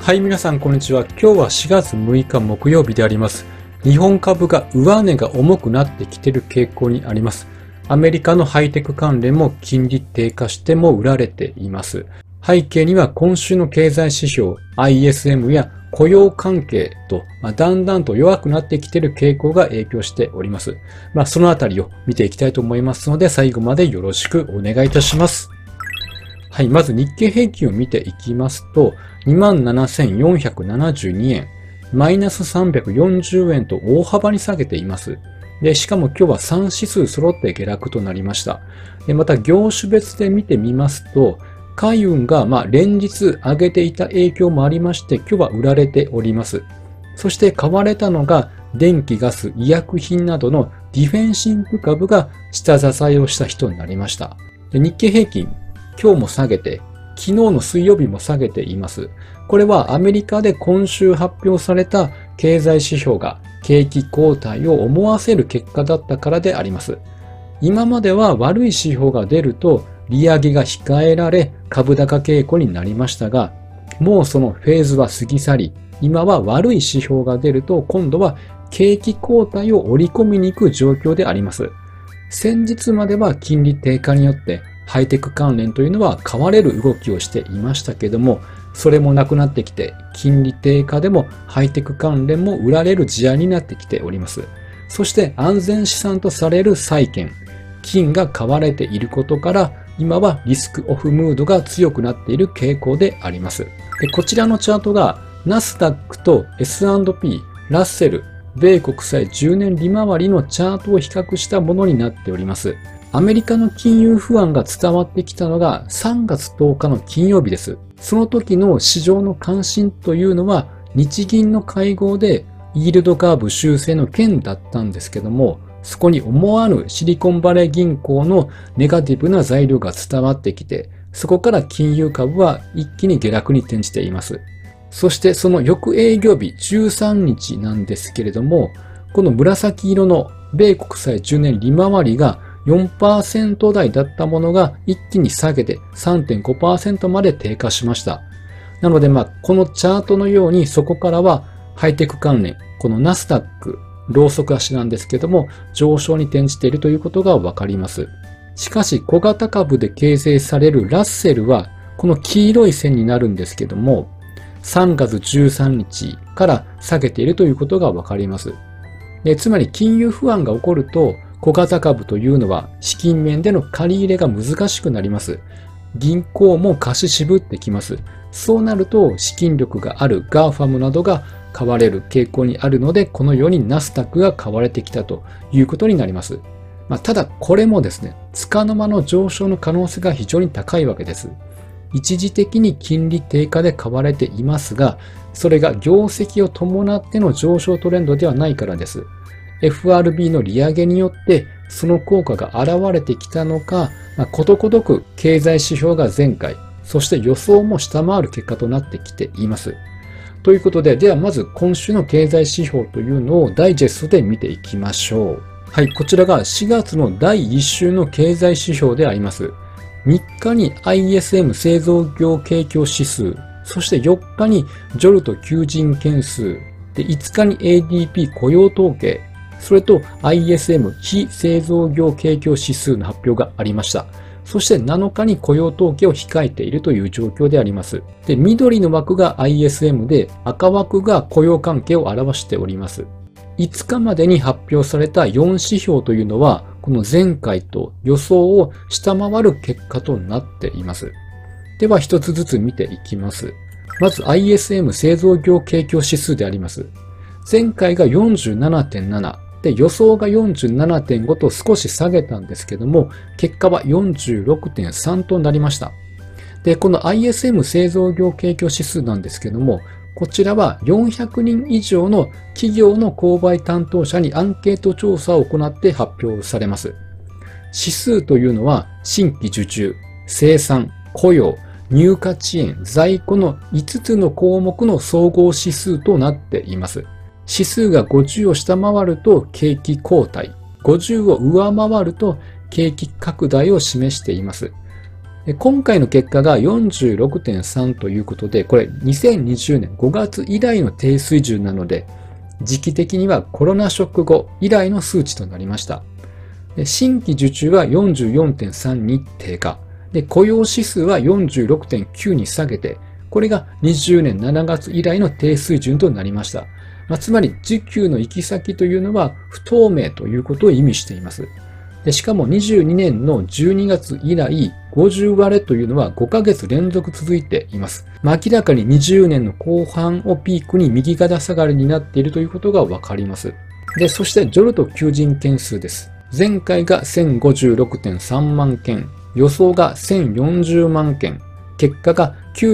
はい、皆さんこんにちは。今日は4月6日木曜日であります。日本株が上値が重くなってきている傾向にあります。アメリカのハイテク関連も金利低下しても売られています。背景には今週の経済指標 ISM や雇用関係と、だんだんと弱くなってきている傾向が影響しております。そのあたりを見ていきたいと思いますので、最後までよろしくお願いいたします。はい、まず日経平均を見ていきますと、27,472 円、マイナス340円と大幅に下げています。で、しかも今日は3指数揃って下落となりました。で、また業種別で見てみますと、海運が連日上げていた影響もありまして、今日は売られております。そして買われたのが電気、ガス、医薬品などのディフェンシブ株が下支えをした人になりました。で、日経平均、今日も下げて、昨日の水曜日も下げています。これはアメリカで今週発表された経済指標が景気後退を思わせる結果だったからであります。今までは悪い指標が出ると利上げが控えられ株高傾向になりましたが、もうそのフェーズは過ぎ去り、今は悪い指標が出ると今度は景気後退を織り込みに行く状況であります。先日までは金利低下によってハイテク関連というのは買われる動きをしていましたけども、それもなくなってきて、金利低下でもハイテク関連も売られる事案になってきております。そして安全資産とされる債券、金が買われていることから、今はリスクオフムードが強くなっている傾向であります。で、こちらのチャートがナスダックと S&P、ラッセル、米国債10年利回りのチャートを比較したものになっております。アメリカの金融不安が伝わってきたのが3月10日の金曜日です。その時の市場の関心というのは日銀の会合でイールドカーブ修正の件だったんですけども、そこに思わぬシリコンバレー銀行のネガティブな材料が伝わってきて、そこから金融株は一気に下落に転じています。そしてその翌営業日13日なんですけれども、この紫色の米国債10年利回りが4% 台だったものが一気に下げて 3.5% まで低下しました。なのでこのチャートのようにそこからはハイテク関連、このナスダック、ローソク足なんですけども上昇に転じているということがわかります。しかし小型株で形成されるラッセルはこの黄色い線になるんですけども3月13日から下げているということがわかります。つまり金融不安が起こると小型株というのは資金面での借り入れが難しくなります。銀行も貸し渋ってきます。そうなると資金力があるガーファムなどが買われる傾向にあるので、このようにナスダックが買われてきたということになります。ただこれもですね、束の間の上昇の可能性が非常に高いわけです。一時的に金利低下で買われていますが、それが業績を伴っての上昇トレンドではないからです。FRB の利上げによってその効果が現れてきたのか、ことごとく経済指標が前回、そして予想も下回る結果となってきています。ということで、ではまず今週の経済指標というのをダイジェストで見ていきましょう。はい、こちらが4月の第1週の経済指標であります。3日に ISM 製造業景況指数、そして4日にジョルト求人件数、で5日に ADP 雇用統計、それと ISM 非製造業景況指数の発表がありました。そして7日に雇用統計を控えているという状況であります。で、緑の枠が ISM で赤枠が雇用関係を表しております。5日までに発表された4指標というのは、この前回と予想を下回る結果となっています。では一つずつ見ていきます。まず ISM 製造業景況指数であります。前回が 47.7。で、予想が 47.5 と少し下げたんですけども、結果は 46.3 となりました。で、この ISM 製造業景況指数なんですけども、こちらは400人以上の企業の購買担当者にアンケート調査を行って発表されます。指数というのは新規受注、生産、雇用、入荷遅延、在庫の5つの項目の総合指数となっています。指数が50を下回ると景気後退、50を上回ると景気拡大を示しています。 今回の結果が 46.3 ということで、これ2020年5月以来の低水準なので、時期的にはコロナショック後以来の数値となりました。新規受注は 44.3 に低下。雇用指数は 46.9 に下げて、これが20年7月以来の低水準となりました。つまり需給の行き先というのは不透明ということを意味しています。しかも22年の12月以来、50割れというのは5ヶ月連続続いています。明らかに20年の後半をピークに右肩下がりになっているということがわかります。そしてジョルト求人件数です。前回が 1056.3 万件、予想が1040万件、結果が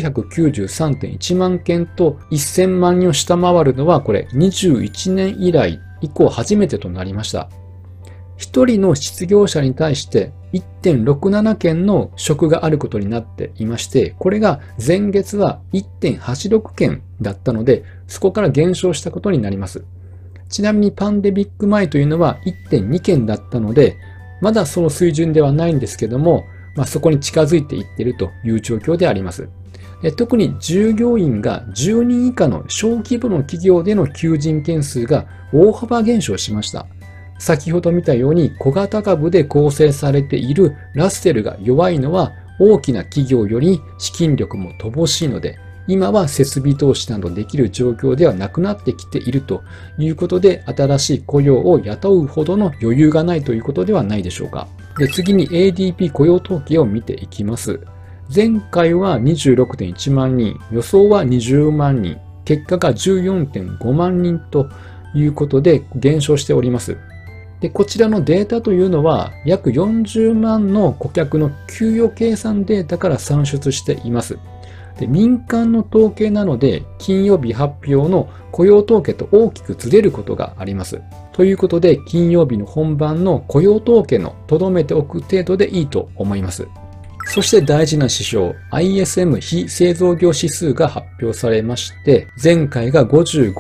993.1 万件と1000万人を下回るのはこれ21年以来以降初めてとなりました。1人の失業者に対して 1.67 件の職があることになっていまして、これが前月は 1.86 件だったので、そこから減少したことになります。ちなみにパンデミック前というのは 1.2 件だったので、まだその水準ではないんですけども、そこに近づいていっているという状況であります。特に従業員が10人以下の小規模の企業での求人件数が大幅減少しました。先ほど見たように小型株で構成されているラッセルが弱いのは大きな企業より資金力も乏しいので、今は設備投資などできる状況ではなくなってきているということで、新しい雇用を雇うほどの余裕がないということではないでしょうか。次に ADP 雇用統計を見ていきます。前回は 26.1 万人、予想は20万人、結果が 14.5 万人ということで減少しております。こちらのデータというのは約40万の顧客の給与計算データから算出しています。民間の統計なので金曜日発表の雇用統計と大きくずれることがあります。ということで金曜日の本番の雇用統計の留めておく程度でいいと思います。そして大事な指標 ISM 非製造業指数が発表されまして、前回が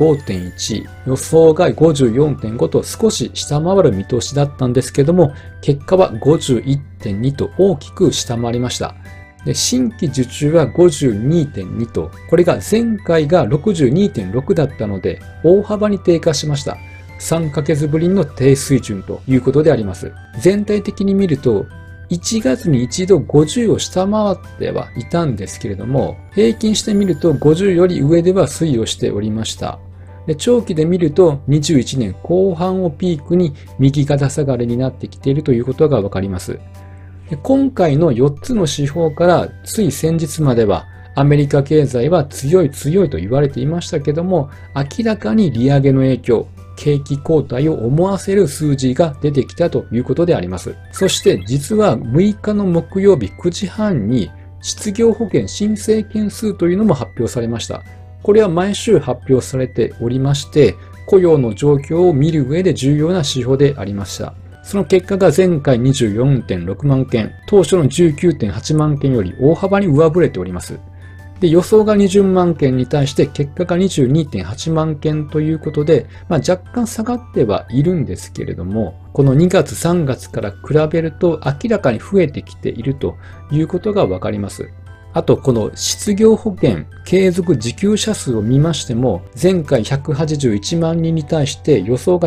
55.1、予想が 54.5 と少し下回る見通しだったんですけども、結果は 51.2 と大きく下回りました。新規受注は 52.2 と、これが前回が 62.6 だったので大幅に低下しました。3ヶ月ぶりの低水準ということであります。全体的に見ると1月に一度50を下回ってはいたんですけれども、平均してみると50より上では推移をしておりました。長期で見ると21年後半をピークに右肩下がりになってきているということがわかります。今回の4つの指標からつい先日まではアメリカ経済は強いと言われていましたけども、明らかに利上げの影響、景気後退を思わせる数字が出てきたということであります。そして実は6日の木曜日9時半に失業保険申請件数というのも発表されました。これは毎週発表されておりまして、雇用の状況を見る上で重要な指標でありました。その結果が前回 24.6 万件、当初の 19.8 万件より大幅に上振れております。予想が20万件に対して結果が 22.8 万件ということで、若干下がってはいるんですけれども、この2月3月から比べると明らかに増えてきているということがわかります。あと、この失業保険継続受給者数を見ましても、前回181万人に対して予想が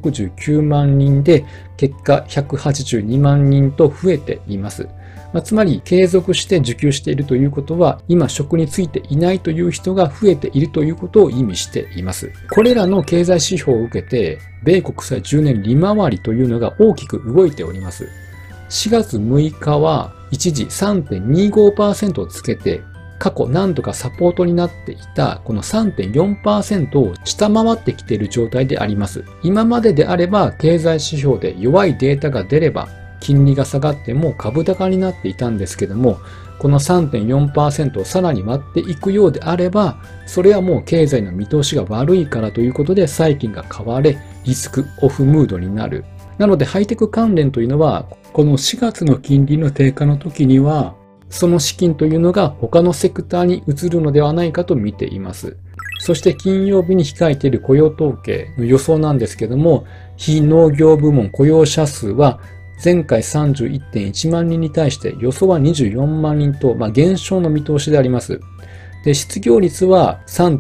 169万人で、結果182万人と増えています。つまり継続して受給しているということは、今職に就いていないという人が増えているということを意味しています。これらの経済指標を受けて、米国債10年利回りというのが大きく動いております。4月6日は一時 3.25% をつけて、過去何度かサポートになっていたこの 3.4% を下回ってきている状態であります。今までであれば経済指標で弱いデータが出れば、金利が下がっても株高になっていたんですけども、この 3.4% をさらに割っていくようであれば、それはもう経済の見通しが悪いからということで債券が買われ、リスクオフムードになる。なのでハイテク関連というのは、この4月の金利の低下の時には、その資金というのが他のセクターに移るのではないかと見ています。そして金曜日に控えている雇用統計の予想なんですけども、非農業部門雇用者数は前回31.1 万人に対して予想は24万人と、減少の見通しであります。で、失業率は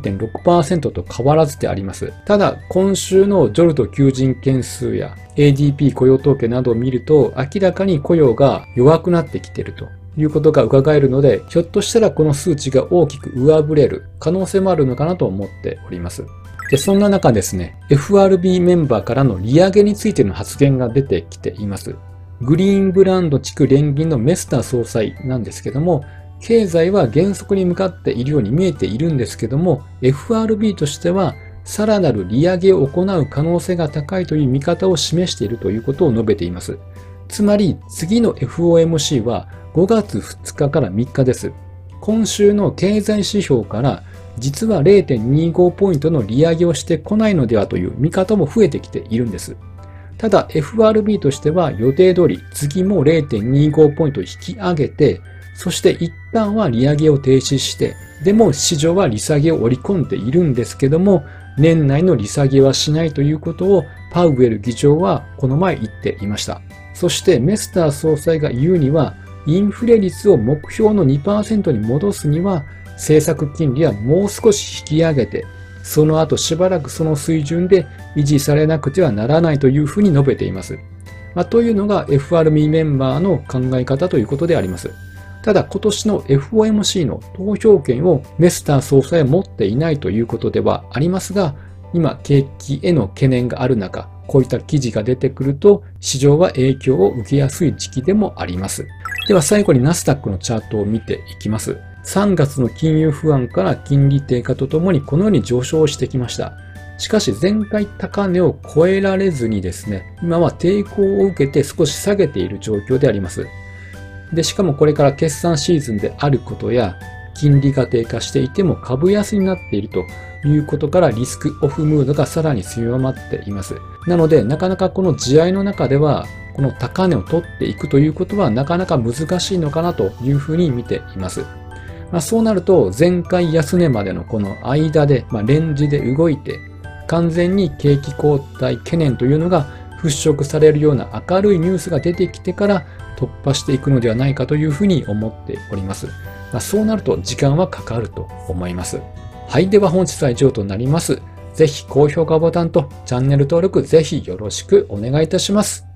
3.6% と変わらずであります。ただ、今週のジョルト求人件数や ADP 雇用統計などを見ると、明らかに雇用が弱くなってきているということが伺えるので、ひょっとしたらこの数値が大きく上振れる可能性もあるのかなと思っております。で、そんな中ですね、FRB メンバーからの利上げについての発言が出てきています。グリーンブランド地区連銀のメスター総裁なんですけども、経済は減速に向かっているように見えているんですけども、FRB としてはさらなる利上げを行う可能性が高いという見方を示しているということを述べています。つまり次の FOMC は5月2日から3日です。今週の経済指標から実は 0.25 ポイントの利上げをしてこないのではという見方も増えてきているんです。ただ FRB としては予定通り次も 0.25 ポイント引き上げて、そして一旦は利上げを停止して、でも市場は利下げを織り込んでいるんですけども、年内の利下げはしないということをパウエル議長はこの前言っていました。そしてメスター総裁が言うには、インフレ率を目標の 2% に戻すには、政策金利はもう少し引き上げて、その後しばらくその水準で維持されなくてはならないというふうに述べています。というのが FRB メンバーの考え方ということであります。ただ今年の FOMC の投票権をメスター総裁は持っていないということではありますが、今景気への懸念がある中、こういった記事が出てくると市場は影響を受けやすい時期でもあります。では最後にナスダックのチャートを見ていきます。3月の金融不安から金利低下とともにこのように上昇してきました。しかし前回高値を超えられずにですね、今は抵抗を受けて少し下げている状況であります。で、しかもこれから決算シーズンであることや、金利が低下していても株安になっているということからリスクオフムードがさらに強まっています。なので、なかなかこの地合いの中では、この高値を取っていくということはなかなか難しいのかなというふうに見ています。そうなると、前回安値までのこの間で、レンジで動いて、完全に景気後退懸念というのが払拭されるような明るいニュースが出てきてから突破していくのではないかというふうに思っております。そうなると時間はかかると思います。はい。では本日は以上となります。ぜひ高評価ボタンとチャンネル登録ぜひよろしくお願いいたします。